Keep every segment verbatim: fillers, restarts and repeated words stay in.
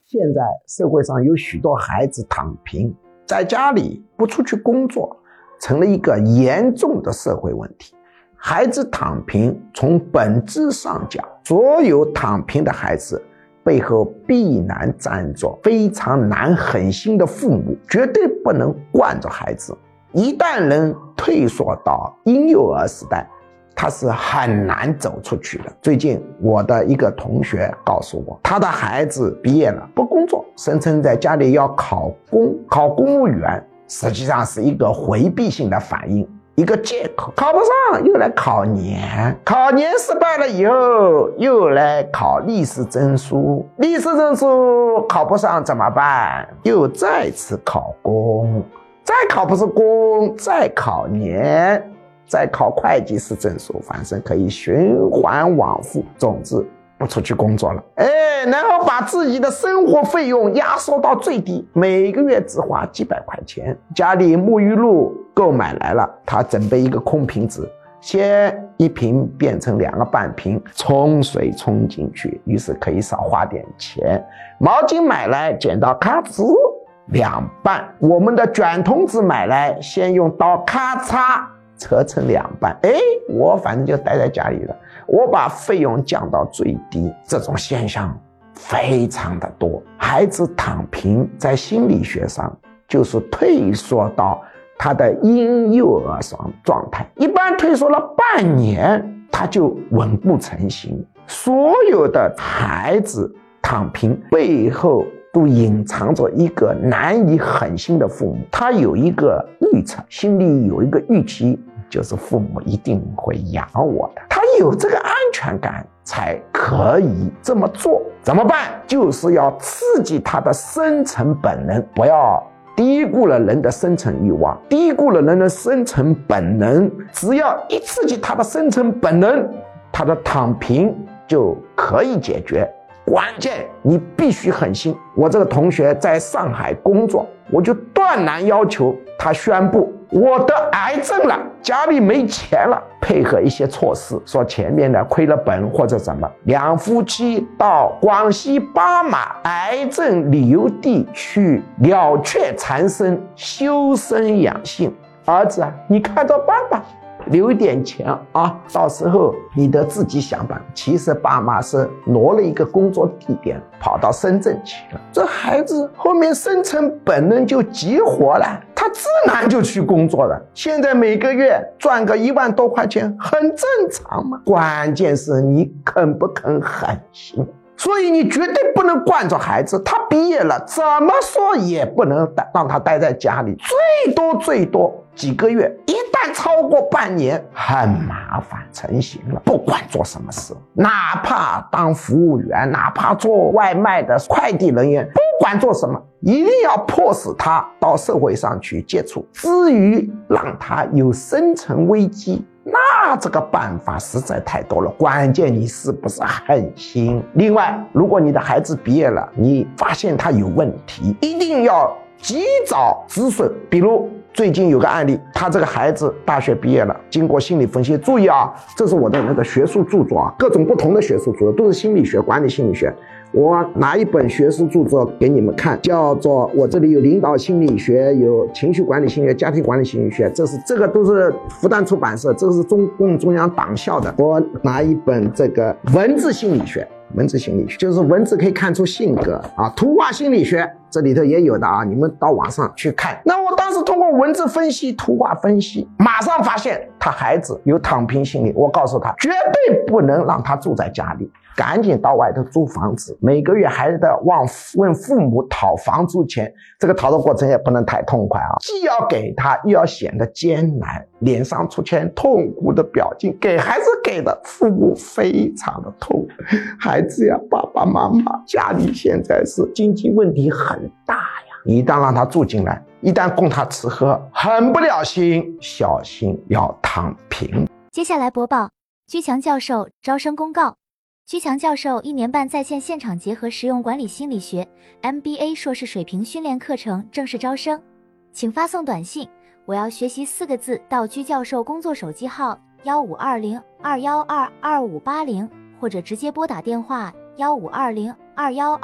现在社会上有许多孩子躺平，在家里不出去工作，成了一个严重的社会问题。孩子躺平，从本质上讲，所有躺平的孩子背后必然站着非常难狠心的父母，绝对不能惯着孩子。一旦人退缩到婴幼儿时代，他是很难走出去的。最近我的一个同学告诉我，他的孩子毕业了不工作，声称在家里要考公考公务员，实际上是一个回避性的反应，一个借口。考不上又来考研，考研失败了以后又来考历史证书，历史证书考不上怎么办？又再次考公，再考不是公，再考研，再考会计师证书，反正可以循环往复。总之不出去工作了，哎，然后把自己的生活费用压缩到最低，每个月只花几百块钱。家里沐浴露购买来了，他准备一个空瓶子，先一瓶变成两个半瓶，冲水冲进去，于是可以少花点钱。毛巾买来剪刀咔吱两半，我们的卷筒子买来先用刀咔嚓折成两半。哎，我反正就待在家里了，我把费用降到最低。这种现象非常的多。孩子躺平在心理学上就是退缩到他的婴幼儿状态，一般退缩了半年他就稳步成型。所有的孩子躺平背后都隐藏着一个难以狠心的父母，他有一个预测，心里有一个预期，就是父母一定会养我的，他有这个安全感才可以这么做。怎么办？就是要刺激他的生存本能，不要低估了人的生存欲望，低估了人的生存本能。只要一刺激他的生存本能，他的躺平就可以解决。关键你必须狠心。我这个同学在上海工作，我就断然要求他宣布我得癌症了，家里没钱了，配合一些措施，说前面的亏了本或者怎么，两夫妻到广西巴马癌症旅游地去了却残生，修身养性。儿子啊，你看着办吧，留一点钱啊，到时候你得自己想办。其实爸妈是挪了一个工作地点，跑到深圳去了。这孩子后面生存本能就激活了，他自然就去工作了。现在每个月赚个一万多块钱，很正常嘛。关键是你肯不肯狠心。所以你绝对不能惯着孩子，他毕业了怎么说也不能让他待在家里，最多最多几个月，一旦超过半年很麻烦，成型了。不管做什么事，哪怕当服务员，哪怕做外卖的快递人员，不管做什么，一定要迫使他到社会上去接触。至于让他有生存危机，那这个办法实在太多了，关键你是不是狠心。另外，如果你的孩子毕业了，你发现他有问题，一定要及早止损。比如最近有个案例，他这个孩子大学毕业了，经过心理分析，注意啊，这是我的那个学术著作啊，各种不同的学术著作都是心理学、管理心理学。我拿一本学术著作给你们看，叫做我这里有领导心理学，有情绪管理心理学、家庭管理心理学，这是这个都是复旦出版社，这个是中共中央党校的。我拿一本这个文字心理学，文字心理学就是文字可以看出性格啊，图画心理学这里头也有的啊，你们到网上去看。那我当时通过文字分析、图画分析，马上发现他孩子有躺平心理。我告诉他，绝对不能让他住在家里，赶紧到外头租房子，每个月还得往问父母讨房租钱，这个讨的过程也不能太痛快啊，既要给他，又要显得艰难，脸上出现痛苦的表情，给孩子给的父母非常的痛。孩子呀，爸爸妈妈，家里现在是经济问题很大呀，你一旦让他住进来，一旦供他吃喝，狠不了心，小心要躺平。 接下来播报居强教授招生公告。居强教授一年半在线现场结合实用管理心理学 M B A 硕士水平训练课程正式招生，请发送短信我要学习四个字到居教授工作手机号幺五二零二幺二二五八零，或者直接拨打电话幺五二零二幺二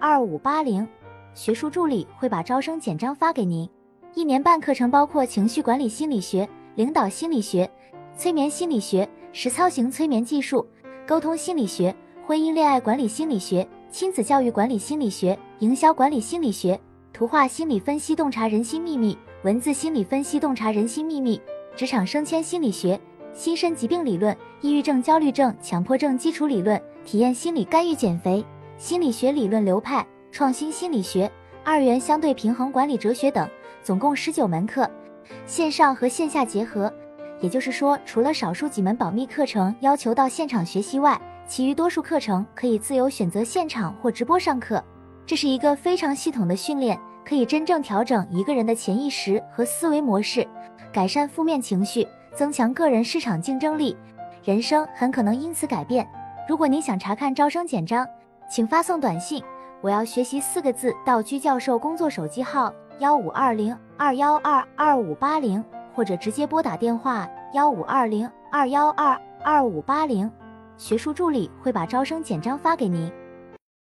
二五八零，学术助理会把招生简章发给您。一年半课程包括情绪管理心理学、领导心理学、催眠心理学、实操型催眠技术、沟通心理学、婚姻恋爱管理心理学、亲子教育管理心理学、营销管理心理学、图画心理分析洞察人心秘密、文字心理分析洞察人心秘密、职场升迁心理学、心身疾病理论、抑郁症、焦虑症、强迫症基础理论、体验心理干预减肥、心理学理论流派、创新心理学、二元相对平衡管理哲学等，总共十九门课，线上和线下结合。也就是说，除了少数几门保密课程要求到现场学习外，其余多数课程可以自由选择现场或直播上课。这是一个非常系统的训练，可以真正调整一个人的潜意识和思维模式，改善负面情绪，增强个人市场竞争力，人生很可能因此改变。如果您想查看招生简章，请发送短信我要学习四个字到居教授工作手机号幺五二零二幺二二五八零，或者直接拨打电话幺五二零二幺二二五八零，学术助理会把招生简章发给您。